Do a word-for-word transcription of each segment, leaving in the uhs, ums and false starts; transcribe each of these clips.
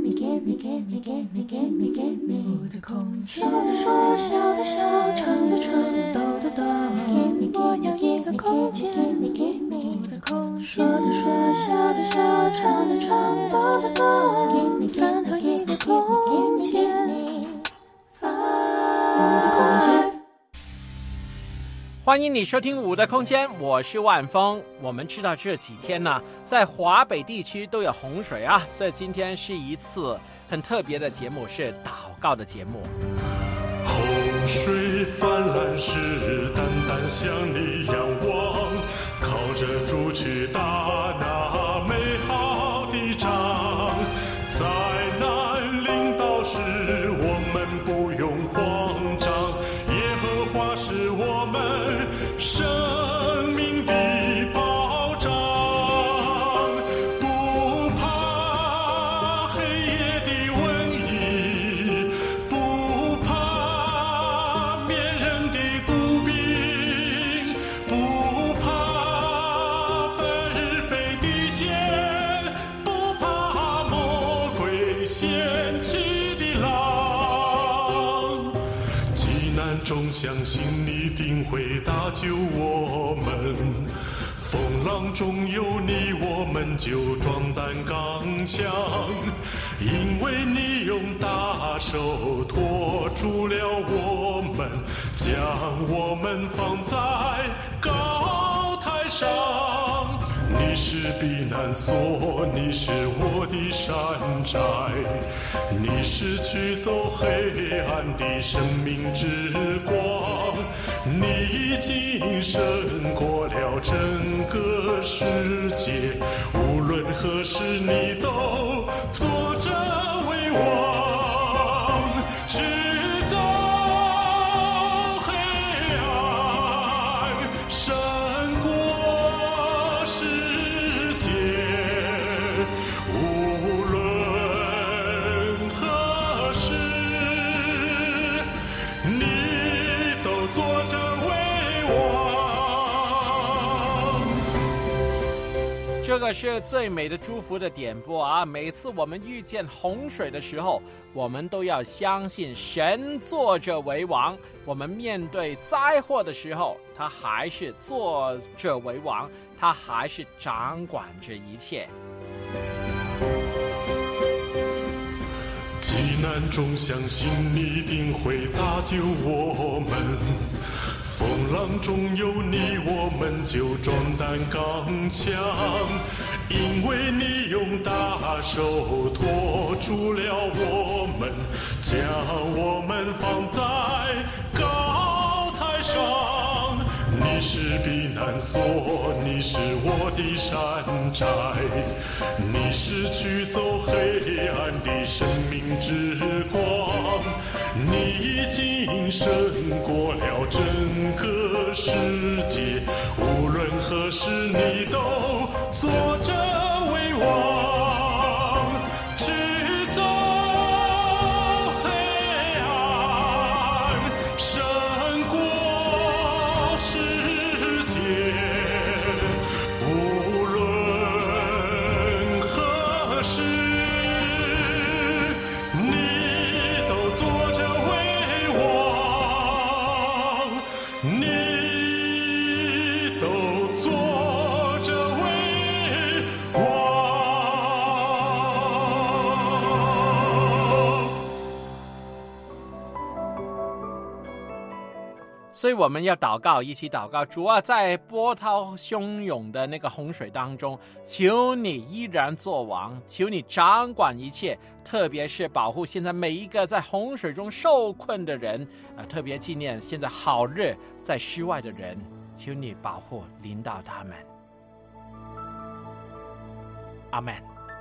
我的空间，说的说，笑的笑，唱的唱，抖的抖，我要一个空间。我的空间，说的说，笑的笑，唱的唱，抖的抖，饭后一个空间，我的空间。 欢迎你收听五的空间，我是万峰。我们知道这几天呢，在华北地区都有洪水啊，所以今天是一次很特别的节目，是祷告的节目。 洪水泛滥时，单单向你仰望，靠着主去打那美好的仗。灾难临到时，我们不用慌张，耶和华是我们生命的保障，不怕黑夜的瘟疫，不怕灭人的毒病，不怕白日飞的箭，不怕魔鬼掀起的浪。急难中相信你定会搭救我们，风浪中有你我们就壮胆刚强，因为你用大手托住了我们，将我们放在高台上。你是避难所，你是我的山寨，你是驱走黑暗的生命之光，你已经胜过了整个世界，无论何时你都坐着为王，驱走黑暗，胜过世界，无论何时你都坐着为王。 这个是最美的祝福的点播啊！每次我们遇见洪水的时候，我们都要相信神坐着为王。我们面对灾祸的时候，他还是坐着为王，他还是掌管着一切。 急难中相信你定会搭救我们，风浪中有你我们就壮胆刚强，因为你用大手托住了我们，将我们放在高台上。你是避难所，你是我的山寨，你是驱走黑暗的生命之光，你已经胜过了整个世界，无论何时你都坐着为王，驱走黑暗，胜过世界，无论何时你都坐着为王，你都坐着为王。 所以我们要祷告，一起祷告。主啊，在波涛汹涌的那个洪水当中，求你依然作王，求你掌管一切，特别是保护现在每一个在洪水中受困的人，啊，特别纪念现在好热在室外的人，求你保护领导他们。阿们。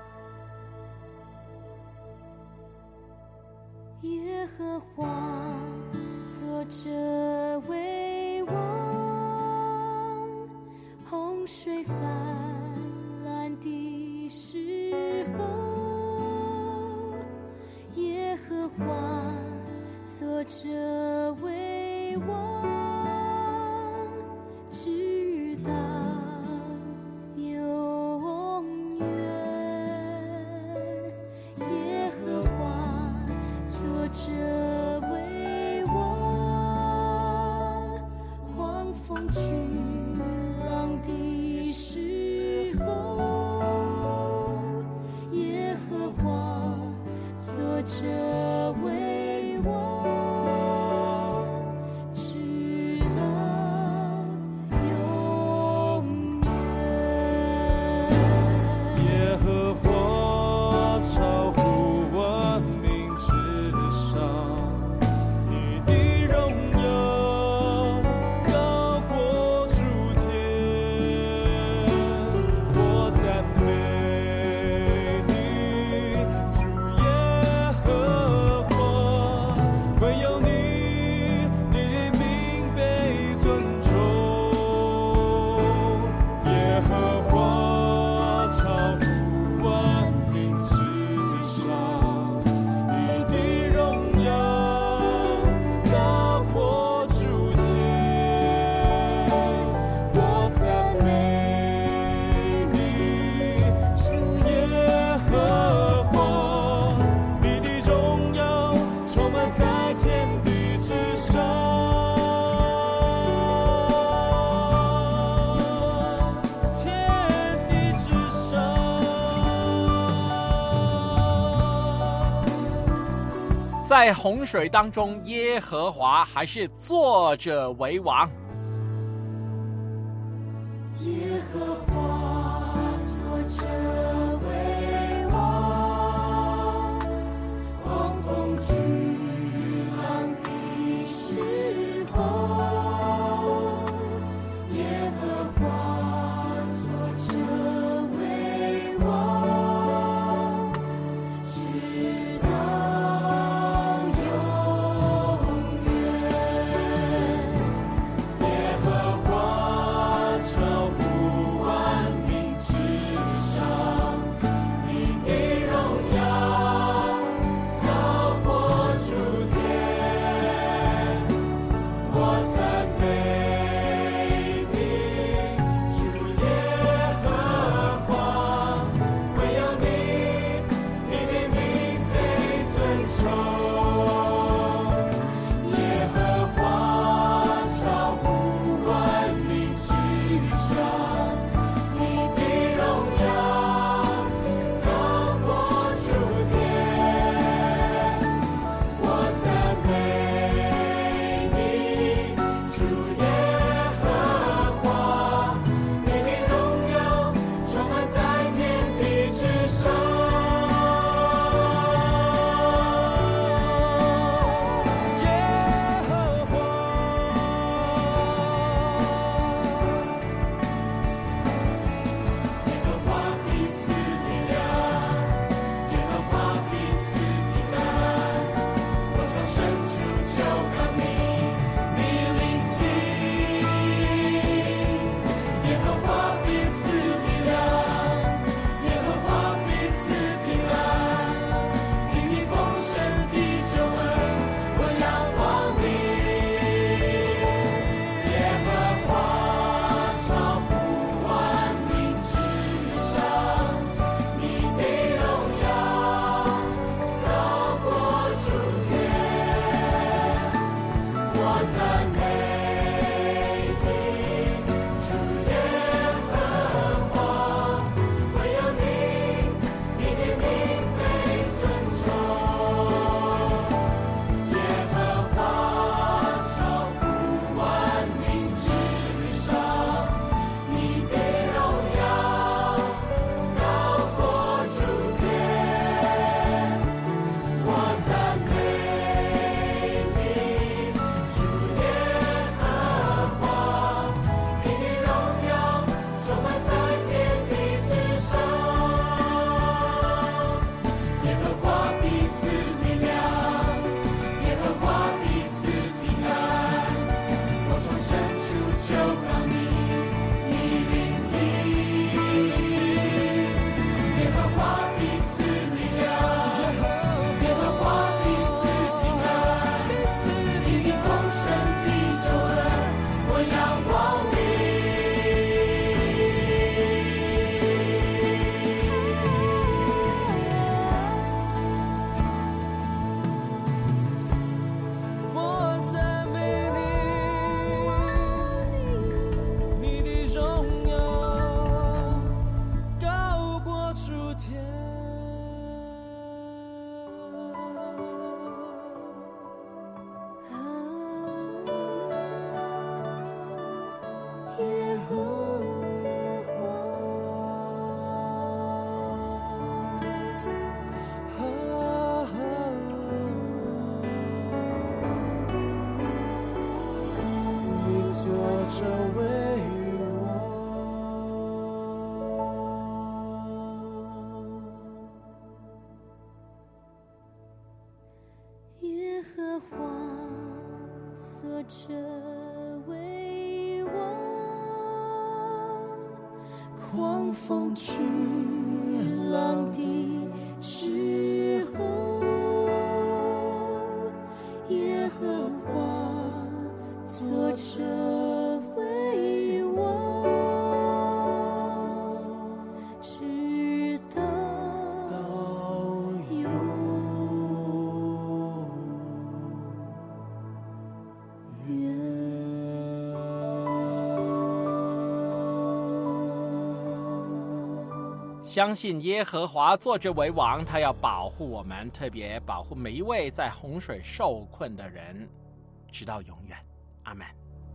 耶和华坐着为王，洪水泛滥的时候，耶和华坐着为王，直到永远。耶和着为王，狂风巨浪的时候，耶和华坐着为王，直到永远。 耶和华超乎万民之上，你的荣耀高过诸天。我赞美你，主耶和华，唯有你，你的名被尊重。耶和华超乎万民之上，你的荣耀高过诸天。我赞美你，主耶和华，你的荣耀充满在天地之上。天地之上。 在洪水当中，耶和华还是坐着为王。 耶和华坐着为王，狂风巨浪的时候，耶和华坐着为王，直到永远。 耶和华超乎万民之上， 和华坐着为王，狂风巨浪的时候，耶和华坐着为王，直到永远。 相信耶和华坐着为王，他要保护我们，特别保护每一位在洪水受困的人，直到永远。阿们。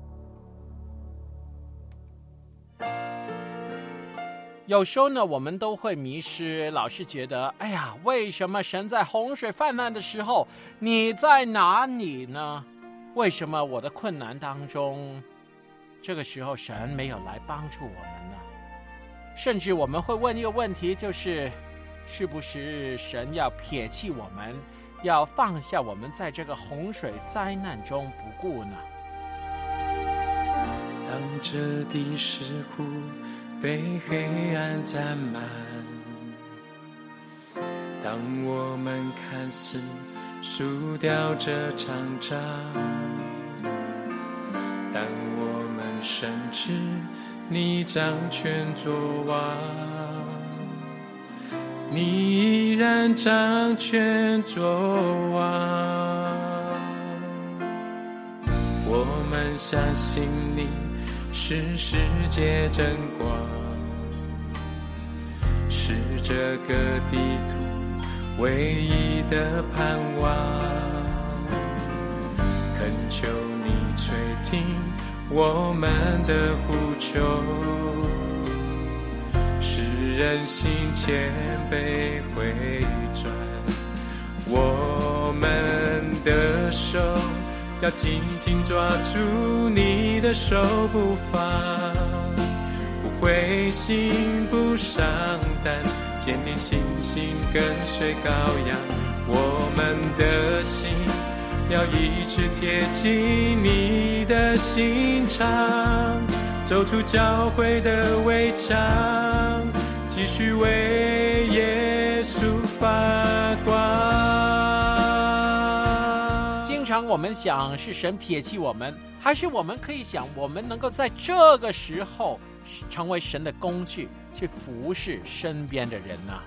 有时候呢，我们都会迷失，老是觉得，哎呀，为什么神在洪水泛滥的时候，你在哪里呢？为什么我的困难当中，这个时候神没有来帮助我们呢？甚至我们会问一个问题，就是是不是神要撇弃我们，要放下我们在这个洪水灾难中不顾呢？ 当这地石窟被黑暗占满，当我们看似输掉这场仗，当我们深知你掌权作王，你依然掌权作王。我们相信你是世界真光，是这个地图唯一的盼望。恳求你垂听我们的呼求，使人心谦卑回转。我们的手要紧紧抓住你的手不放，不灰心不伤胆，坚定信心跟随羔羊。我们的心要一直贴近你的心肠，走出教会的围墙，继续为耶稣发光。 经常我们想是神撇弃我们，还是我们可以想我们能够在这个时候成为神的工具，去服侍身边的人呢？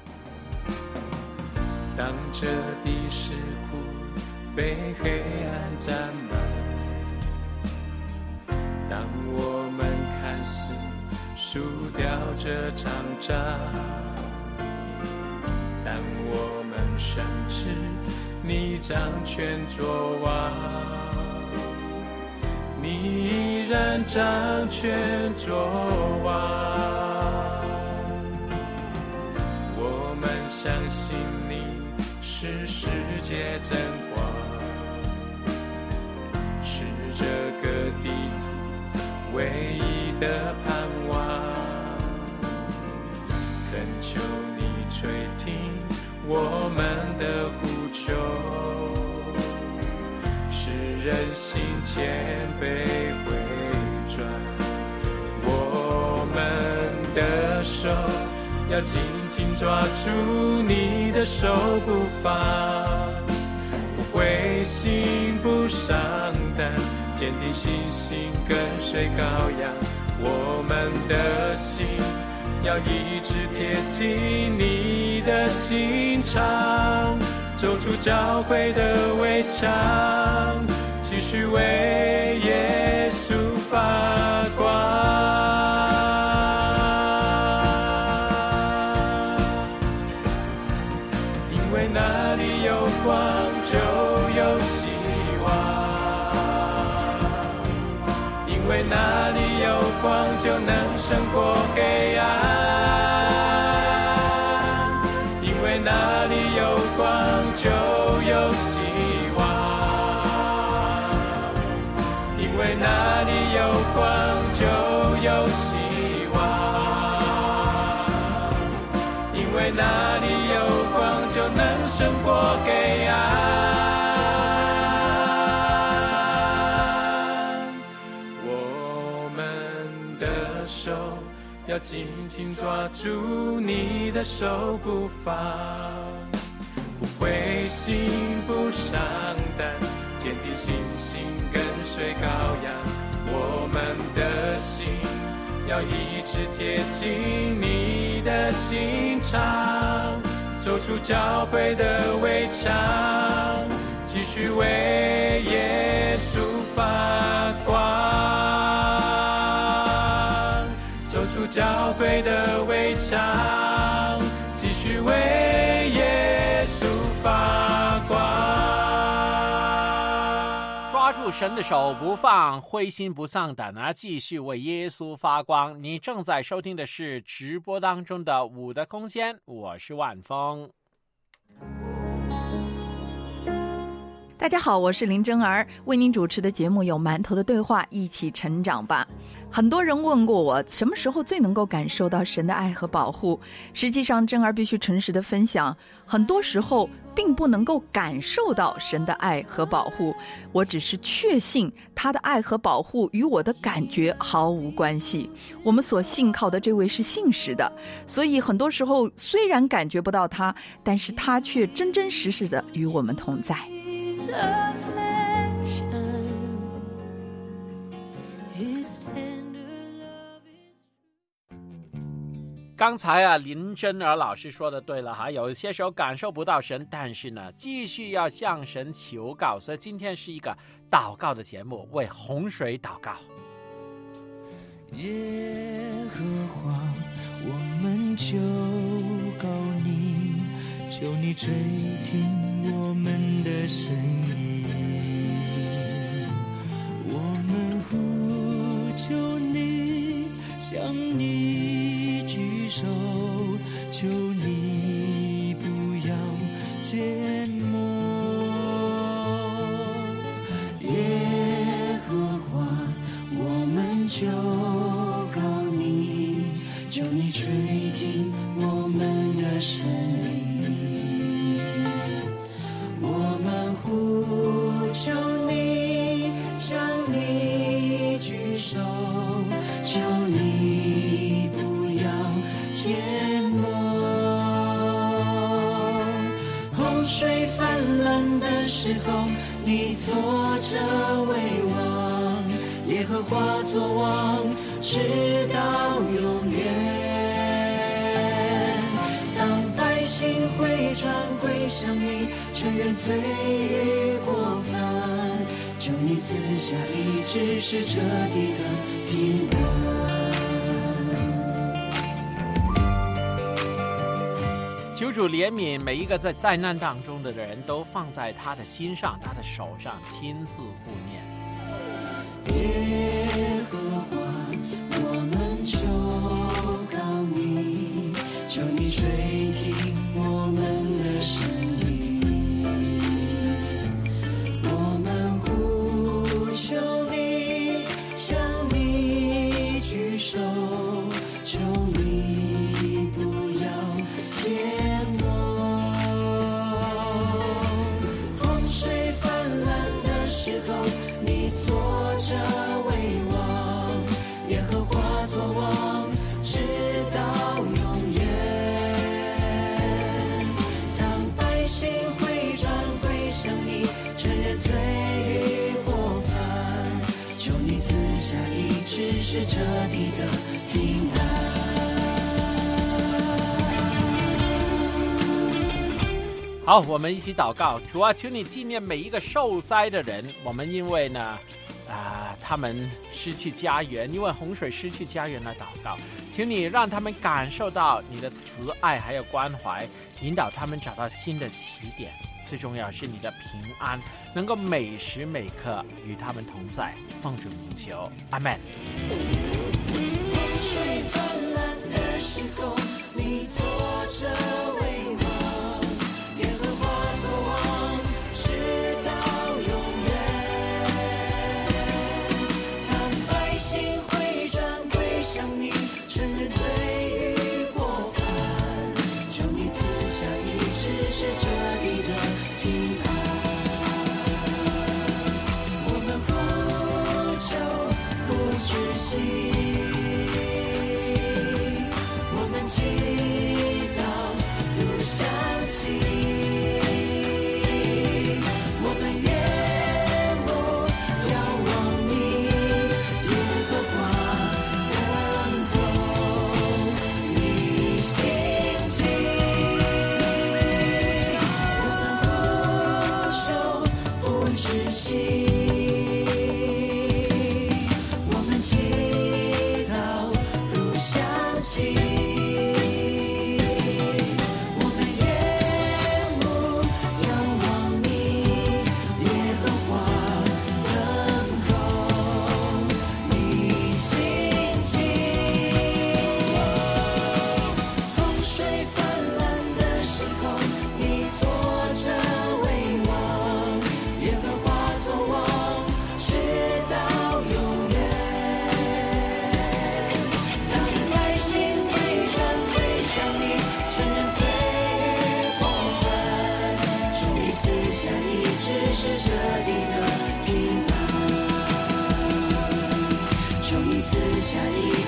当这地石窟被黑暗占满，当我们看似输掉这场仗，当我们深知你掌权作王，你依然掌权作王。我们相信你是世界真光，是这个地图唯一的盼望。恳求你垂听我们的呼求，使人心谦卑回转。我们的手要紧紧抓住你的手不放，不灰心不伤胆，坚定信心跟随羔羊。我们的心要一直贴近你的心肠，走出教会的围墙，继续为耶稣发光。因为哪里有光就有希望，因为哪里有光就能胜过黑暗，因为哪里有光就有希望，因为哪里有光就有希望，因为哪里有光就能胜过黑暗。 要紧紧抓住你的手不放，不灰心不伤胆，坚定信心跟随羔羊，我们的心要一直贴近你的心肠，走出教会的围墙，继续为耶稣发光，走出教会的围墙，继续为耶稣发光。 抓住神的手不放，灰心不丧胆啊，继续为耶稣发光。你正在收听的是直播当中的五的空间，我是万峰。 大家好，我是林真儿，为您主持的节目有馒头的对话，一起成长吧。很多人问过我，什么时候最能够感受到神的爱和保护？实际上，真儿必须诚实的分享，很多时候并不能够感受到神的爱和保护，我只是确信他的爱和保护与我的感觉毫无关系。我们所信靠的这位是信实的，所以很多时候虽然感觉不到他，但是他却真真实实的与我们同在。 刚才啊，林真儿老师说的对了哈，有些时候感受不到神，但是呢，继续要向神求告。所以今天是一个祷告的节目，为洪水祷告。 耶和华，我们求告你，求你垂听我们的声音，我们呼求你，向你举手，求你不要缄默。耶和华，我们求告你，求你垂听我们的声音，我们呼求你，向你举手，求你不要缄默。洪水泛滥的时候，你坐着为王，耶和华作王，直到永远。当百姓回转归向你，承认罪与过犯，求你赐下医治，使这地的平安。 求主怜悯每一个在灾难当中的人，都放在他的心上，他的手上，亲自顾念。 耶和华，我们求告你，求你垂听我们的声音，我们呼求你，向你举手，求你不要缄默。洪水泛滥的时候，你坐着为王，耶和华作王，直到永远。当百姓回转归向你，承认罪与过犯，求你赐下医治，使这地的平安。 好，我们一起祷告。主啊，求你纪念每一个受灾的人，我们因为呢啊、呃，他们失去家园，因为洪水失去家园来祷告，请你让他们感受到你的慈爱还有关怀，引导他们找到新的起点。最重要是你的平安能够每时每刻与他们同在，奉主名求，阿们。 洪水泛滥的时候，你坐着为王，耶和华作王，直到永远。当百姓回转归向你，承认罪与过犯，求你赐下医治，使这地的平安。我们呼求不止息，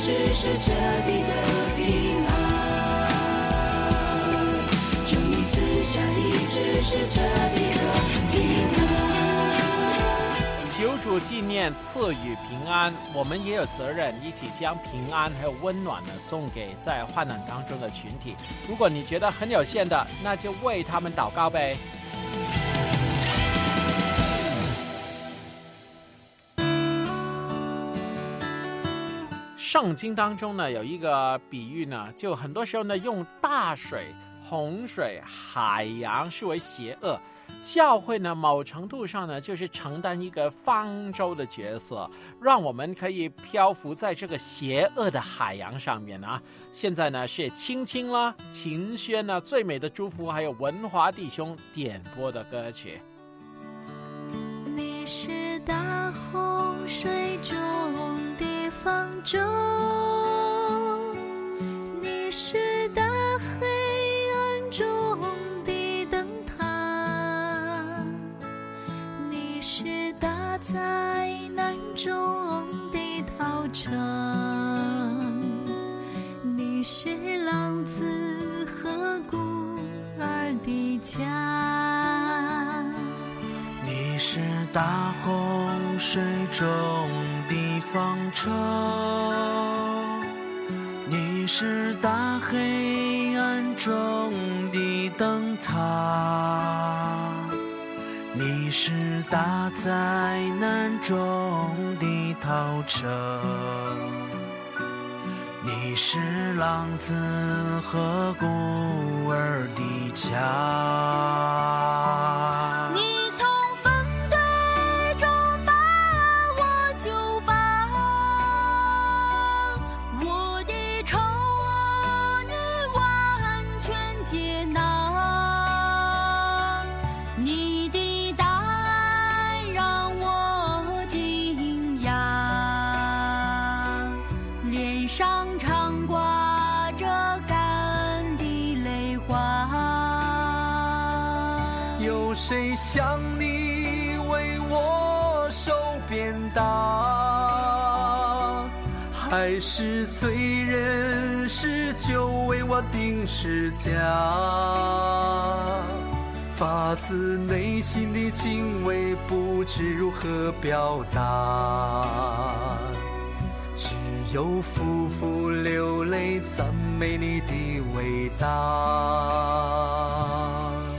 治是这地的平安，求你赐下医治是这地的平安。 求主纪念赐予平安，我们也有责任一起将平安还有温暖呢送给在患难当中的群体。如果你觉得很有限的，那就为他们祷告呗。圣经当中呢有一个比喻呢，就很多时候呢用大水、洪水、海洋视为邪恶。教会呢某程度上呢就是承担一个方舟的角色，让我们可以漂浮在这个邪恶的海洋上面啊。现在呢是青青啦、秦轩呢、最美的祝福还有文华弟兄点播的歌曲。 你是大洪水中的方舟，你是大黑暗中的灯塔，你是大灾难中的逃城，你是浪子和孤儿的家， 你是大洪水中的方舟，你是大黑暗中的灯塔，你是大灾难中的逃城，你是浪子和孤儿的家。 你从粪堆中把我救拔，我的仇恶你完全接纳，你的大爱让我惊讶，脸上常挂着感恩的泪花。 有谁像你为我受鞭打，还是罪人是就为我钉十架，发自内心的敬畏不知如何表达，只有夫妇流泪赞美你的伟大。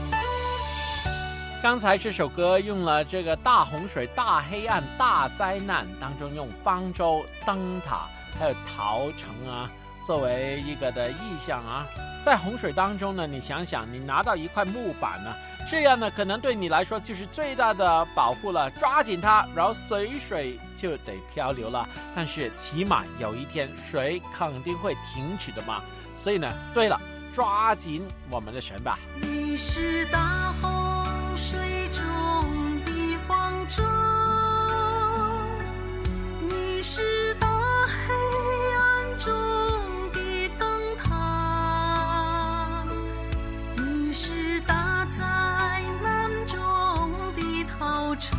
刚才这首歌用了这个大洪水、大黑暗、大灾难当中用方舟、灯塔还有逃城啊作为一个的意象啊。在洪水当中呢，你想想你拿到一块木板呢，这样呢可能对你来说就是最大的保护了，抓紧它，然后随水就得漂流了，但是起码有一天水肯定会停止的嘛。所以呢，对了，抓紧我们的神吧。 你是大洪水中的方舟，你是大黑暗中的灯塔，你是大灾难中的逃城，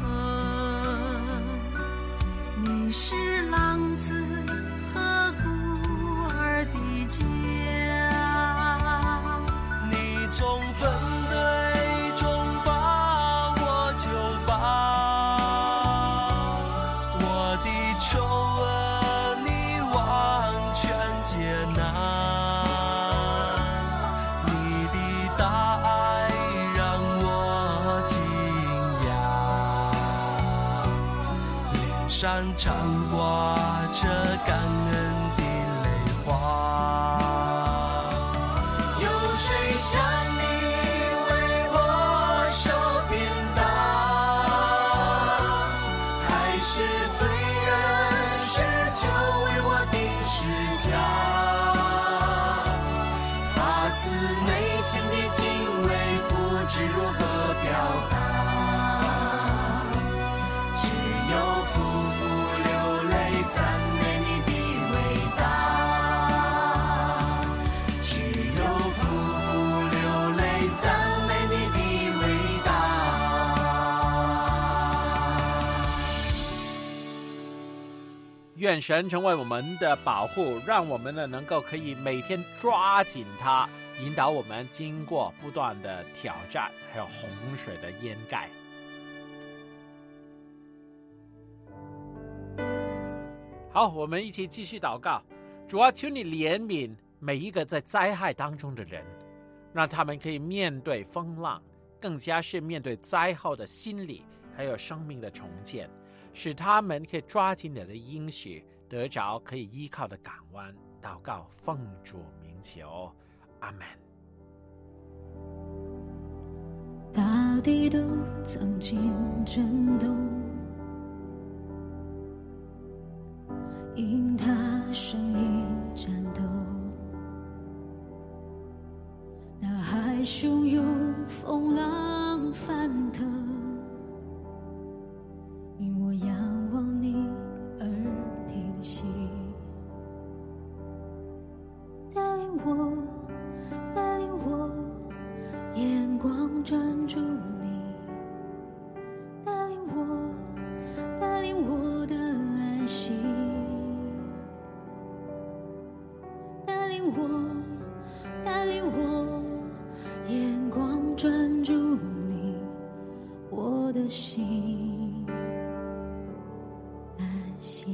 你是浪子和孤儿的家。 你从粪堆中把我救拔，我的仇恶你完全接纳，你的大爱让我惊讶，脸上常挂着感恩的泪花。谁像你为我受鞭打，还是罪人是就为我钉十架，发自内心的敬畏不知如何表达，只有夫妇流泪赞美你的伟大，只有夫妇流泪愿神成为我们的保护，让我们呢能够可以每天抓紧它，引导我们经过不断的挑战，还有洪水的淹盖。好，我们一起继续祷告。主啊，求你怜悯每一个在灾害当中的人，让他们可以面对风浪，更加是面对灾后的心理还有生命的重建，使他们可以抓紧你的应许，得着可以依靠的港湾。祷告奉主名求，阿们。 大地都曾经震动，因他声音颤抖，大海汹涌，风浪翻腾，因我仰望你而平息。带领我，带领我，眼光专注你，带领我，带领我的安息，带领我，带领我，眼光专注你，我的心安息。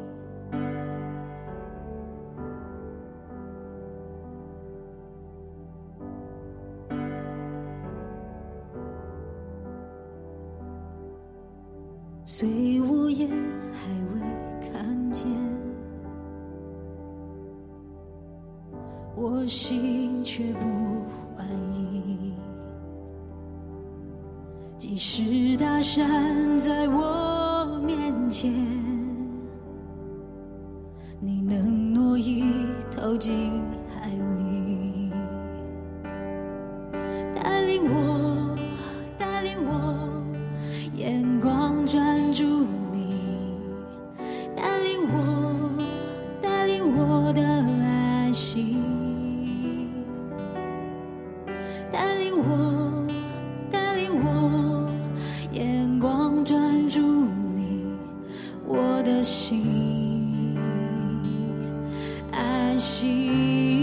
虽我也还未看见，我心却不怀疑。即使大山在我面前，你能挪移投进海里。带领我，带领我，眼光专注你，带领我，带领我的安息，带领我，带领我，眼光专注你，我的心安息。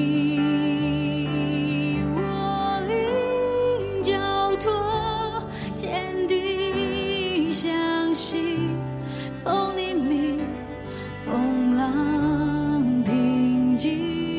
我灵交托，坚定相信，风你命，风浪平静。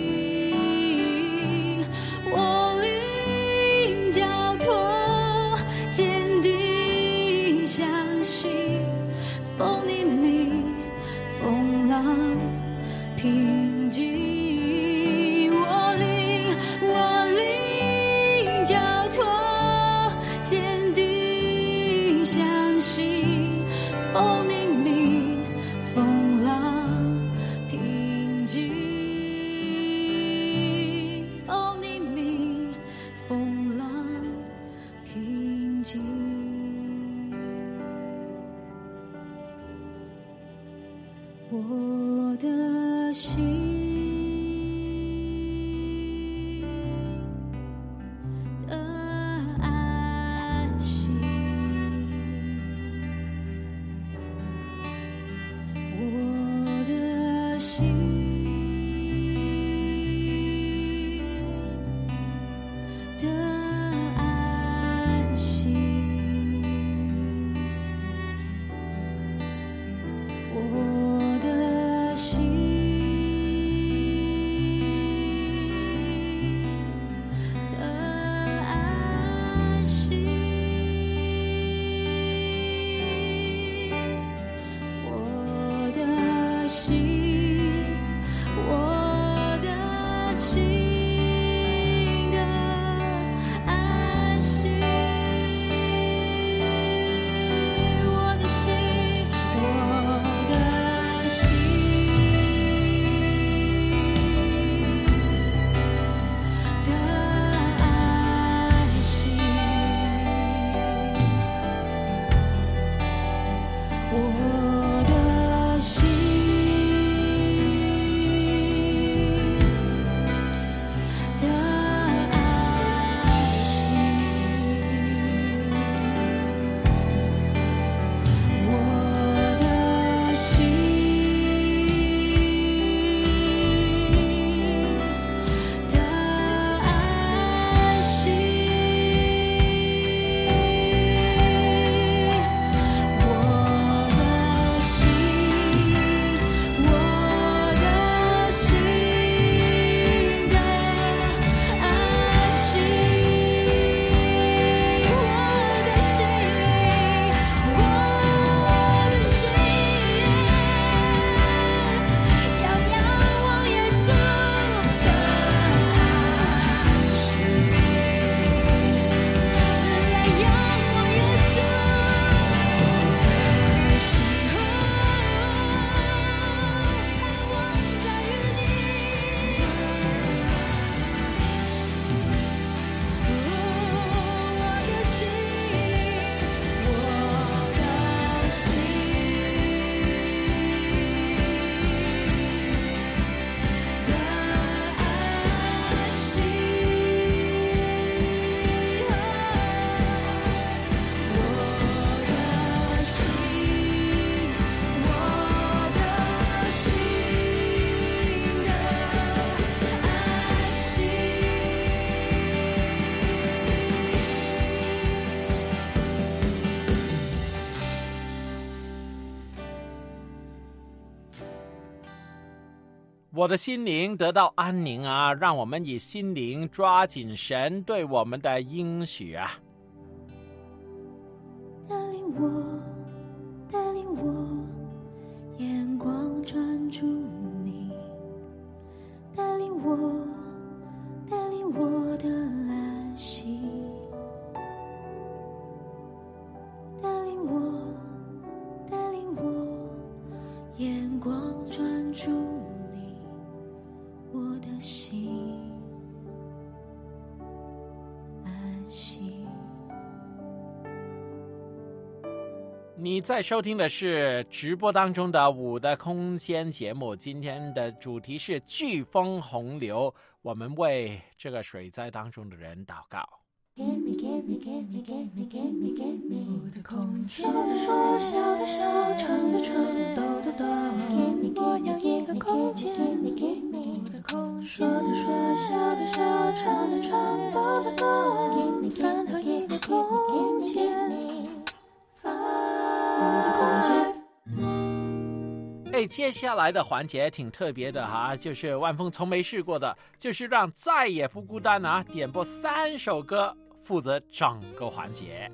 我灵交托，坚定相信，风你命，风浪平静。我灵，我灵交托，坚定相信，风你命，风浪平静。风你命，风浪平静。我的心的安息，我的心的安息，我的心的安息，我的心我的心灵得到安宁啊！让我们以心灵抓紧神对我们的应许啊！ 带领我，带领我，眼光专注你，带领我，带领我的安息，带领我，带领我，眼光专注你，我的心安息。 你在收听的是直播当中的五的空间节目，今天的主题是飓风洪流，我们为这个水灾当中的人祷告。 我的空间，说的说，笑的笑，唱的唱，抖的抖，我要一个空间。我的空，说的说，笑的笑，唱的唱，抖的抖，饭后一个空间。我的空间。 哎，接下来的环节挺特别的哈，就是万峰从没试过的，就是让再也不孤单啊点播三首歌，负责整个环节。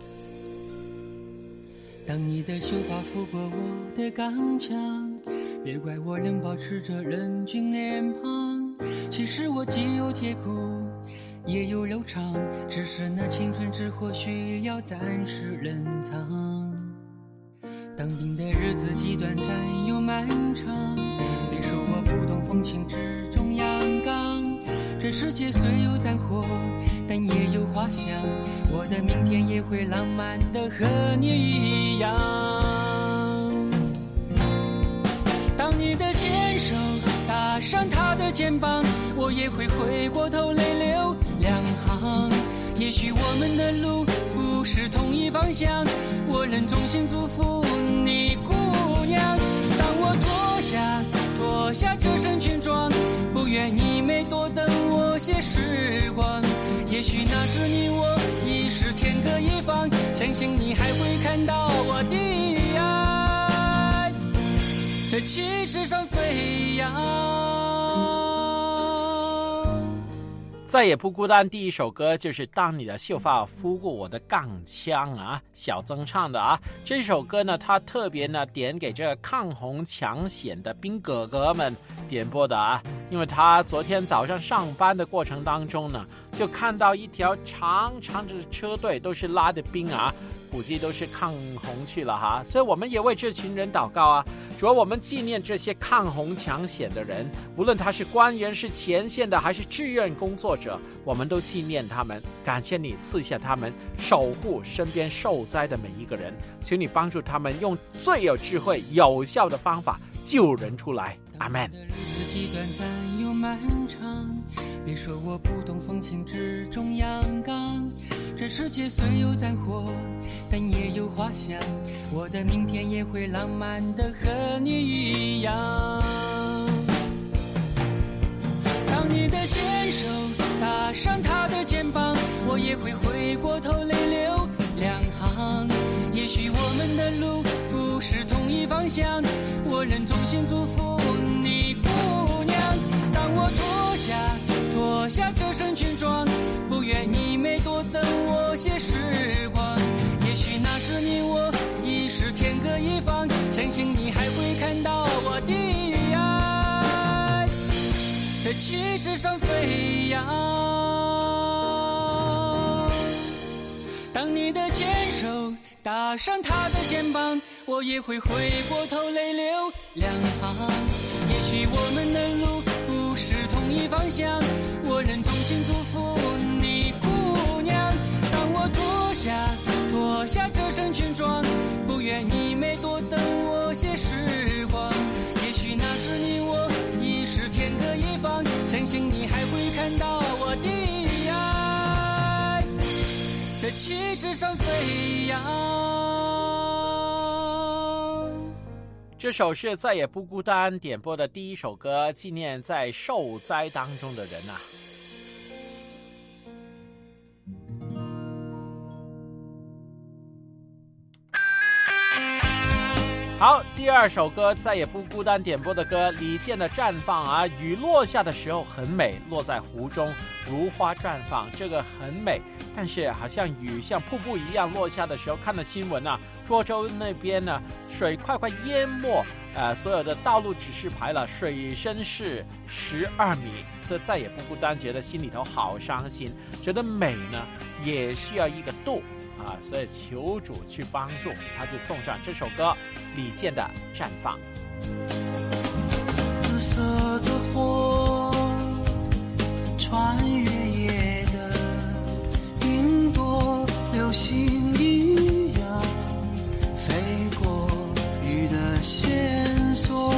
当你的秀发拂过我的刚强，别怪我仍保持着人均脸庞。其实我既有铁骨也有柔肠，只是那青春之火需要暂时冷藏。当兵的日子既短暂又漫长，别说我不懂风情之中阳刚。这世界虽有战火，但也有花香，我的明天也会浪漫的和你一样。当你的牵手搭上他的肩膀，我也会回过头泪流两行。也许我们的路不是同一方向，我仍衷心祝福你姑娘。当我脱下脱下这身裙装，不愿你每多等我些时光。也许那时你我已是天各一方，相信你还会看到我的爱在旗帜上飞扬。 再也不孤单第一首歌就是当你的秀发拂过我的杠枪啊，小曾唱的啊。这首歌呢，他特别呢点给这个抗洪抢险的兵哥哥们点播的啊，因为他昨天早上上班的过程当中呢，就看到一条长长的车队都是拉的兵啊，估计都是抗洪去了哈，所以我们也为这群人祷告啊。主要我们纪念这些抗洪抢险的人，无论他是官员、是前线的，还是志愿工作者，我们都纪念他们。感谢你赐下他们，守护身边受灾的每一个人，求你帮助他们用最有智慧、有效的方法救人出来。阿们。 日子既短暂又漫长，别说我不懂风情之中阳刚。这世界虽有战火，但也有花香，我的明天也会浪漫的和你一样。当你的牵手搭上他的肩膀，我也会回过头泪流两行。也许我们的路不是同一方向，我仍衷心祝福你姑娘。当我脱下脱下这身裙装，不愿你每多等我些时光。也许那时你我已是天各一方，相信你还会看到我的爱在旗帜上飞扬。当你的牵手搭上他的肩膀，我也会回过头泪流两行。也许我们的路不是同一方向，我仍衷心祝福你姑娘。当我脱下脱下这身裙装，不愿你每多等我些时光。也许那时你我已是天各一方，相信你还会看到我的爱在旗帜上飞扬。 这首是再也不孤单点播的第一首歌，纪念在受灾当中的人啊。 好，第二首歌再也不孤单点播的歌，李健的绽放啊，雨落下的时候很美，落在湖中如花绽放，这个很美，但是好像雨像瀑布一样落下的时候，看了新闻啊，涿州那边呢水快快淹没，呃，所有的道路指示牌了，水深是十二米，所以再也不孤单，觉得心里头好伤心，觉得美呢也需要一个度啊，所以求主去帮助，他就送上这首歌李健的绽放。 紫色的火穿越夜的云朵，流星一样飞过雨的线索，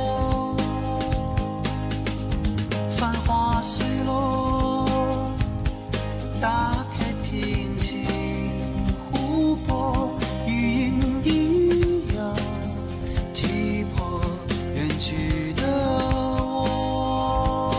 繁花碎落，打开平静湖泊，余音一样击破远去的我。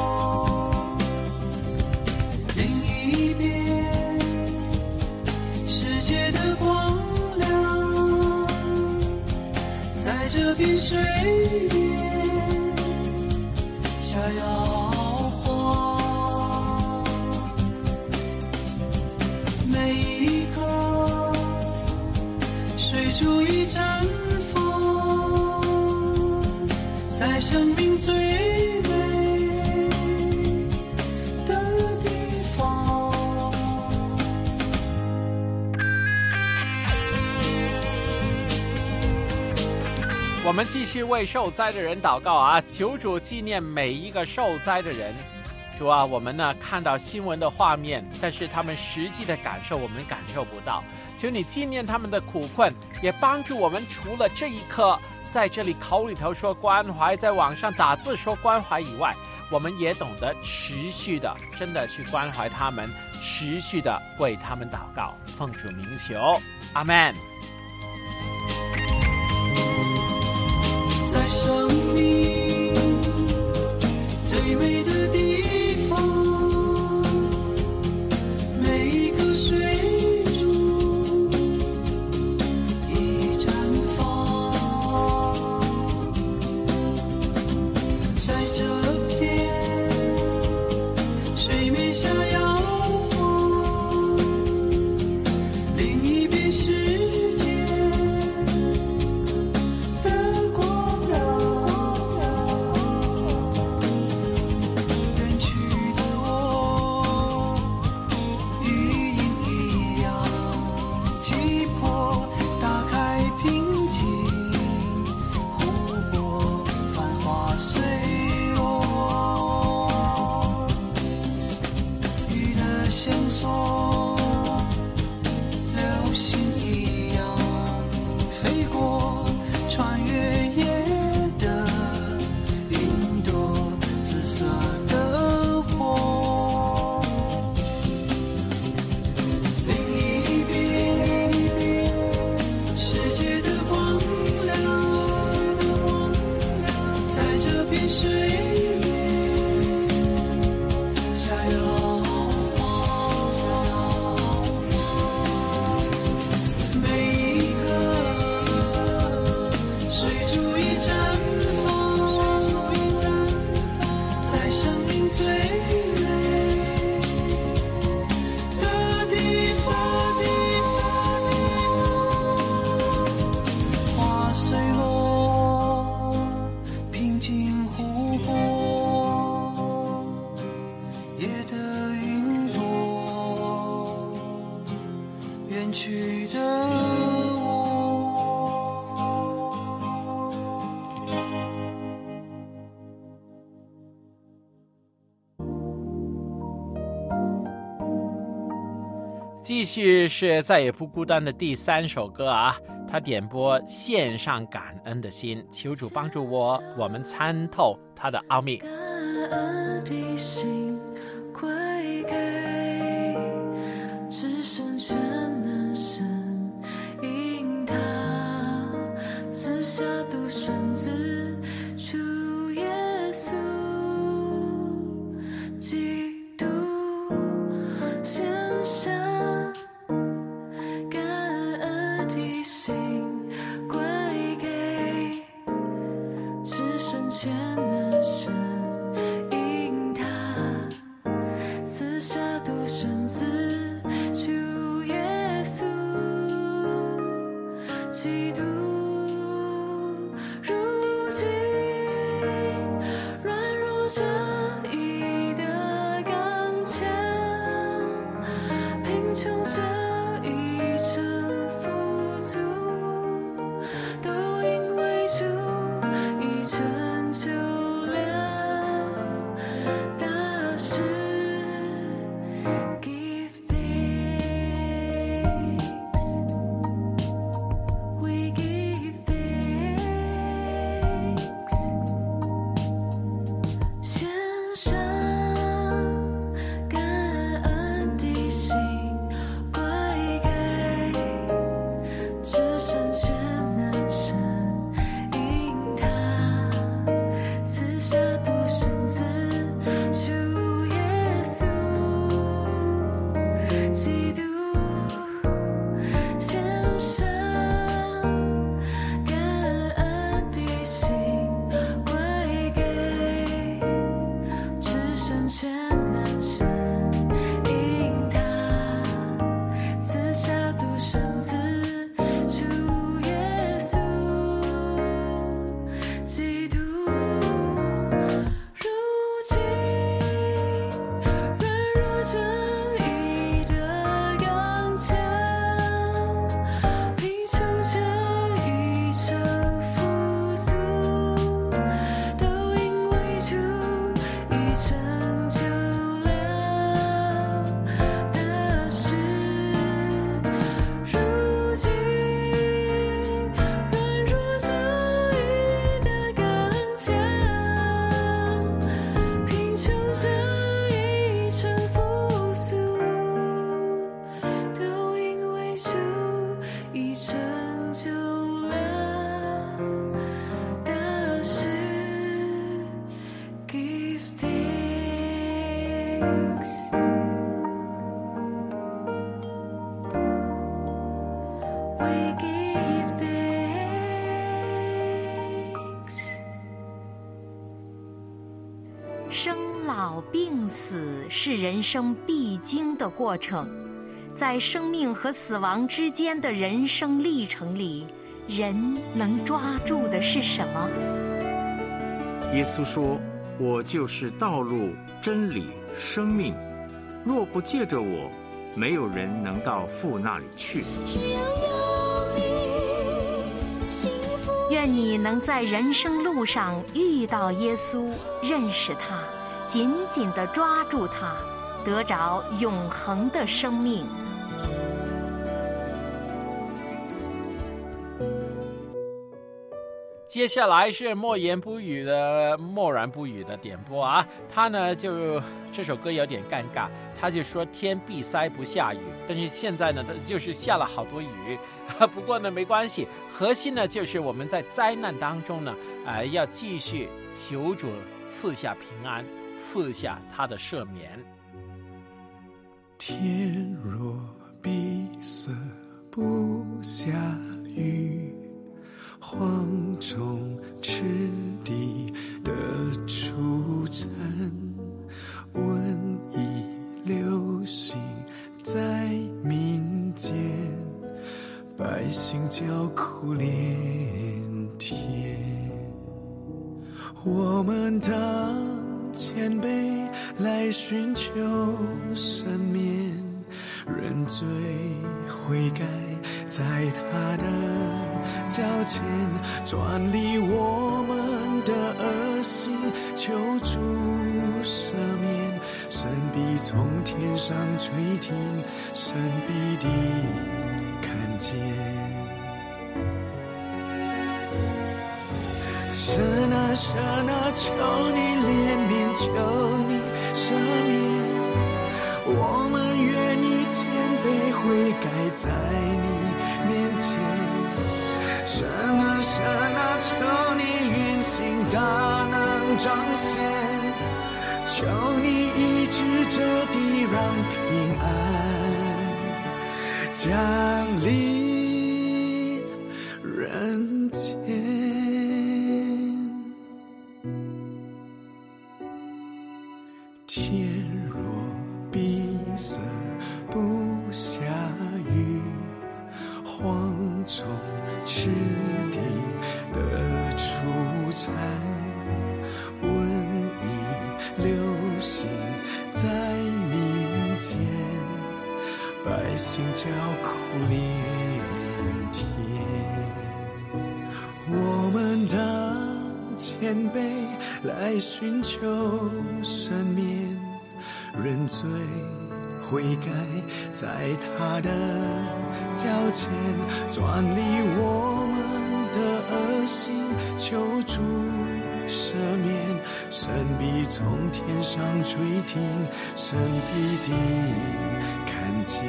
另一边，世界的光亮在这片水面下摇晃，每一刻水珠已绽放，在生命最美的地方。 我们继续为受灾的人祷告啊，求主纪念每一个受灾的人。主啊，我们呢看到新闻的画面，但是他们实际的感受我们感受不到，求你纪念他们的苦困，也帮助我们除了这一刻在这里口里头说关怀，在网上打字说关怀以外，我们也懂得持续的真的去关怀他们，持续的为他们祷告，奉主名求，阿们。 在生命最美的地方，每一颗水珠已绽放，在这片水面下摇晃，另一边世界的光亮，远去的我，余音一样击破，打开平静湖泊，繁花碎落，雨的线索，流星一样飞过，穿越夜的云朵，紫色的火。另一边，世界的光亮在这片水面下摇晃，每一个水珠已绽放，在生命最美的地方。花碎落，平静湖泊，夜的云朵，远去的我。 继续是再也不孤单的第三首歌啊，他点播献上感恩的心，求主帮助我，我们参透他的奥秘。 感恩的心归给只剩全能神，因他赐下独生子主耶稣基督，献上感恩的心归给全能神，因他赐下独生子主耶稣基督。如今软弱着一的刚强，贫穷着一成富足，都因为主已成就了大事。Give thanks, we give thanks. 献上感恩的心，归给至圣全能神，因他赐下独生子主耶稣基督。献上感恩的心，归给至圣全能神，因他赐下独生子主耶稣基督。如今软弱着一的刚强，贫穷着一成富足，都因为主已成就了大事。如今软弱着一的刚强，贫穷着一成富足，都因为主已成就了大事。Give thanks, we give thanks. 生老病死是人生必经的过程，在生命和死亡之间的人生历程里，人能抓住的是什么？ 耶稣说：“我就是道路、真理、生命，若不借着我，没有人能到父那里去。” 愿你能在人生路上遇到耶稣，认识他，紧紧地抓住他，得着永恒的生命。 接下来是默言不语的默然不语的点播啊，他呢就这首歌有点尴尬，他就说天闭塞不下雨，但是现在呢就是下了好多雨，不过呢没关系，核心呢就是我们在灾难当中呢，呃要继续求主赐下平安，赐下他的赦免。 天若闭塞不下雨，蝗虫吃地的出尘，瘟疫流行在民间，百姓叫苦连天。我们当谦卑来寻求赦免，认罪悔改，在他的脚前转离我们的恶行，求主赦免。神必从天上垂听，神必定看见。神啊神啊，求你怜悯，求你赦免，我们愿意谦卑悔改在你面前。神啊神啊，求你运行大能彰显，求你医治这地，让平安降临人间。 中吃地的出产，瘟疫流行在民间，百姓叫苦连天。我们当谦卑来寻求赦免，认罪悔改，在他的脚前转离我们的恶行，求主赦免。神必从天上垂听，神必定看见。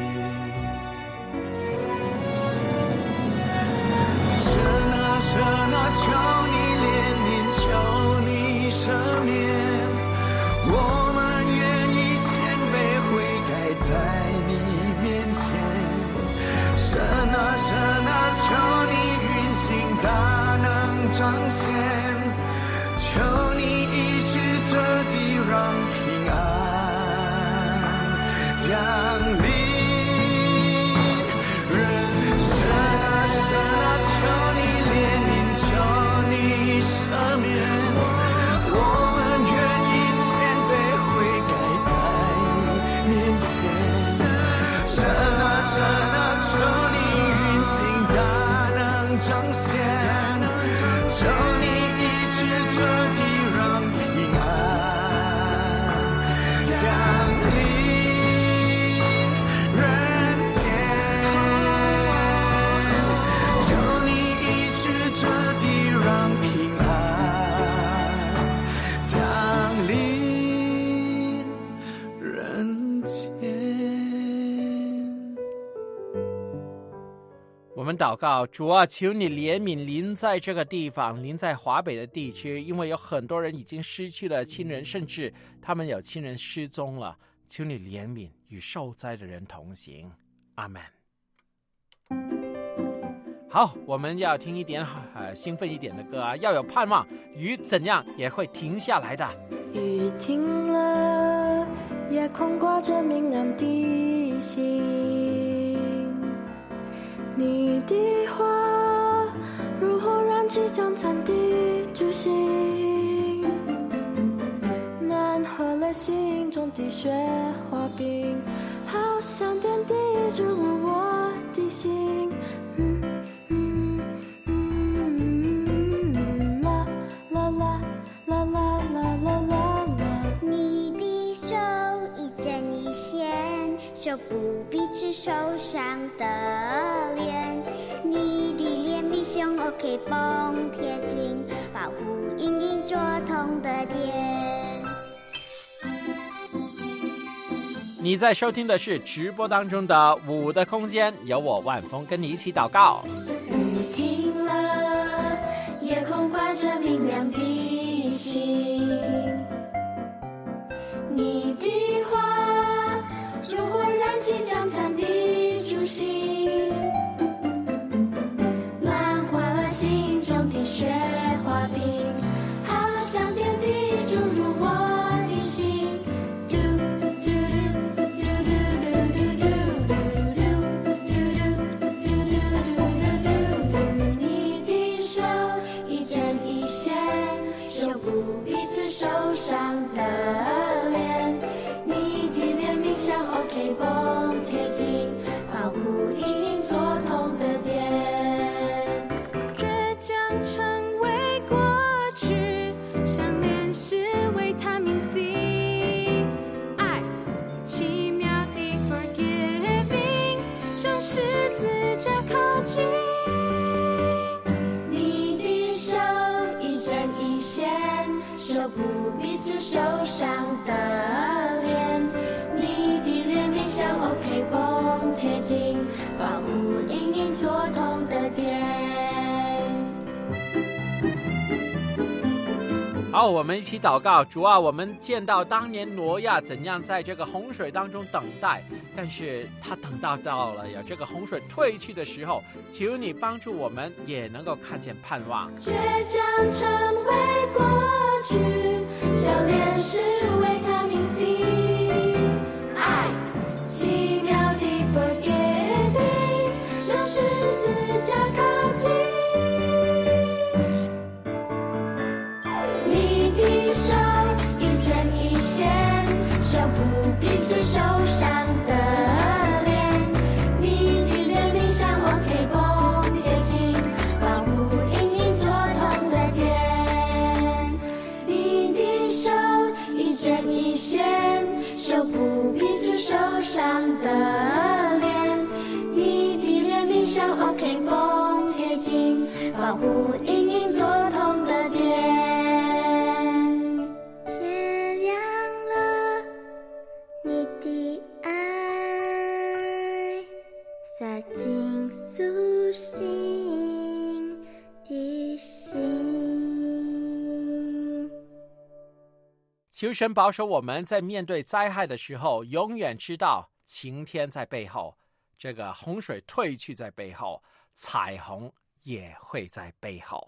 神啊神啊，求你怜悯，求你赦免，我们愿意谦卑悔改在你面前。神啊神啊，求你运行大能彰显，求你医治这地，让平安降临。神啊神啊，求你怜悯，求你赦免，我们愿意谦卑悔改在你面前。神啊神啊，求你运行大能彰显，求你医治这地，让平安降临人间。求你医治这地，让平安降临人间。 我们祷告，主啊，求你怜悯临在这个地方，临在华北的地区，因为有很多人已经失去了亲人，甚至他们有亲人失踪了。求你怜悯，与受灾的人同行。阿们。好，我们要听一点呃兴奋一点的歌啊，要有盼望，雨怎样也会停下来的。 雨停了，夜空挂着明亮的星，你的话如火燃起将残的烛心，暖和了心中的雪花冰，好像点滴注入我的心。嗯嗯嗯，啦啦啦啦啦啦啦啦啦。 你的手一针一线，手不彼此受伤的脸，你的怜悯胸 OK 绷贴紧，保护隐隐作痛的点。 你在收听的是直播当中的五的空间，有我万峰跟你一起祷告。 雨停了，夜空挂着明亮的星，你的话如火燃起将残的烛心，暖化了心中的雪花冰，好像点滴注入我的心。你的手一针一线，手不彼此受伤的脸，你的怜悯像 OK 绷贴紧，保护隐隐作痛的点。 倔强成为过去，想念是维他命 C， 爱奇妙的 forgiving， 向十字架靠近。 你的手一针一线，手不彼此受伤的脸，你的怜悯像 OK 绷贴紧，保护隐隐作痛的点。 好，我们一起祷告，主啊，我们见到当年挪亚怎样在这个洪水当中等待，但是他等到到了有这个洪水退去的时候，求你帮助我们也能够看见盼望。 倔强成为过去，笑脸是维他命 C， 爱奇妙的 forgiving， 像十字架保护隐隐作痛的点。天亮了，你的爱洒进苏醒的心。 求神保守我们在面对灾害的时候，永远知道晴天在背后，这个洪水退去在背后，彩虹也会在背后。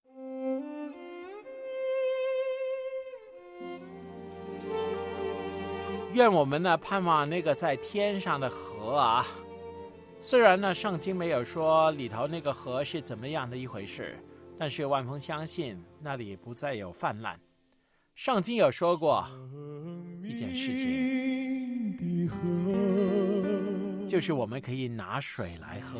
愿我们呢盼望那个在天上的河啊，虽然呢圣经没有说里头那个河是怎么样的一回事，但是万峰相信那里不再有泛滥。圣经有说过一件事情，就是我们可以拿水来喝，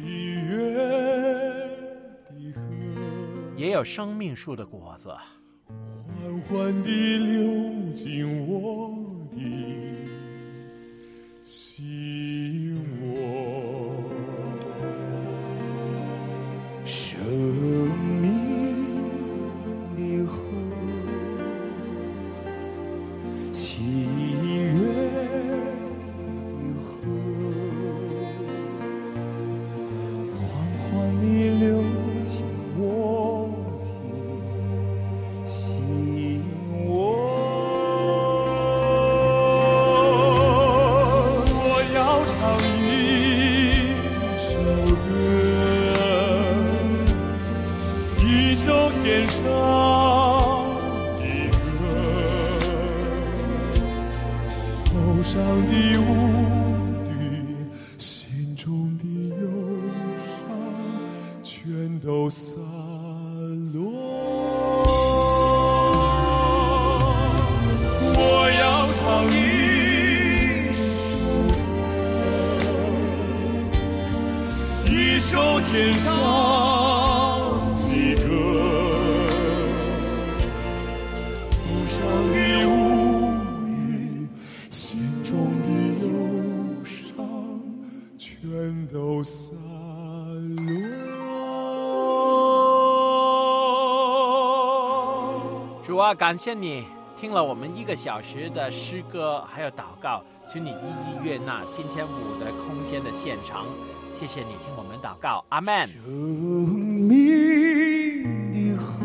也有生命树的果子， 缓缓地流进我的心窝，生命的河，喜悦的河，缓缓地流进我的心窝。我要唱一首歌，一首天上的歌，头上的乌云，心中的忧伤，全都散落。我要唱一首歌，一首天上的歌，头上的乌云，心中的忧伤，全都散落。 主啊，感谢你听了我们一个小时的诗歌还有祷告，请你一一悦纳今天我的空间的现场。谢谢你听我们祷告，阿们。 生命的河，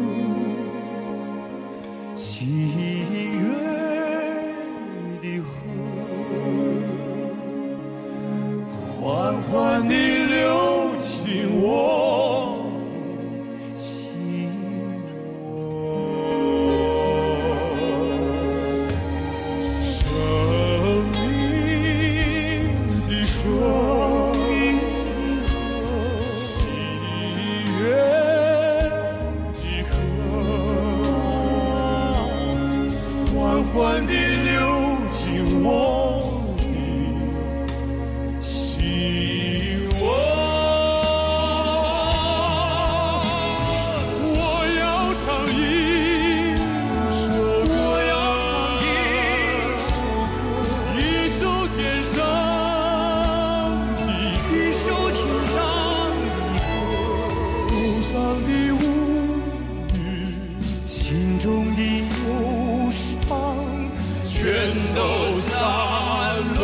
喜悦的河，缓缓地流进我的心窝，生命的河，喜悦的河，缓缓地流进我的心窝。我要唱一首歌，一首天上的歌，一首天上的歌，头上的乌云，心中的忧伤，全都散落。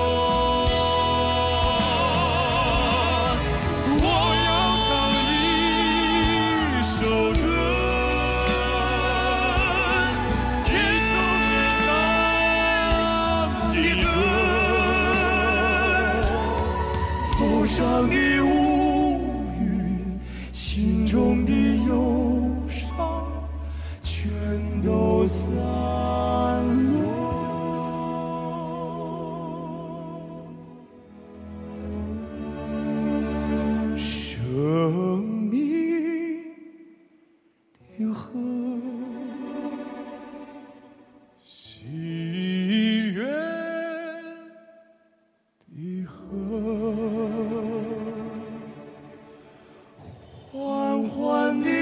我要唱一首歌，天上天上的歌，头上的乌云，心中的忧伤，全都散落。生命的河，喜悦的河，缓缓地